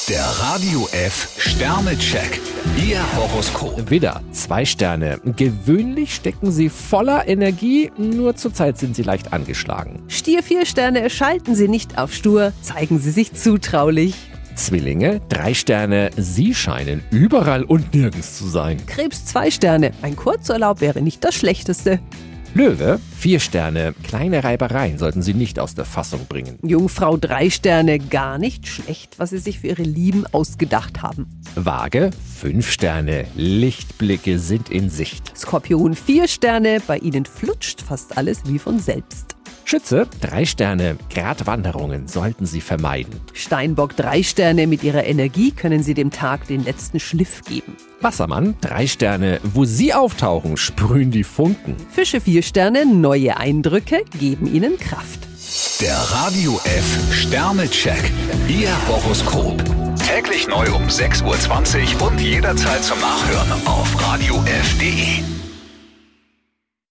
Der Radio F Sternecheck. Ihr Horoskop. Widder, 2 Sterne. Gewöhnlich stecken Sie voller Energie, nur zurzeit sind Sie leicht angeschlagen. Stier 4 Sterne, schalten Sie nicht auf stur, zeigen Sie sich zutraulich. Zwillinge, 3 Sterne. Sie scheinen überall und nirgends zu sein. Krebs 2 Sterne, ein Kurzurlaub wäre nicht das Schlechteste. Löwe, 4 Sterne. Kleine Reibereien sollten Sie nicht aus der Fassung bringen. Jungfrau 3 Sterne, gar nicht schlecht, was Sie sich für Ihre Lieben ausgedacht haben. Waage, 5 Sterne. Lichtblicke sind in Sicht. Skorpion 4 Sterne, bei Ihnen flutscht fast alles wie von selbst. Schütze, 3 Sterne. Gratwanderungen sollten Sie vermeiden. Steinbock 3 Sterne, mit Ihrer Energie können Sie dem Tag den letzten Schliff geben. Wassermann, 3 Sterne. Wo Sie auftauchen, sprühen die Funken. Fische 4 Sterne, neue Eindrücke geben Ihnen Kraft. Der Radio F Sternecheck. Ihr Horoskop. Täglich neu um 6:20 Uhr und jederzeit zum Nachhören auf radiof.de.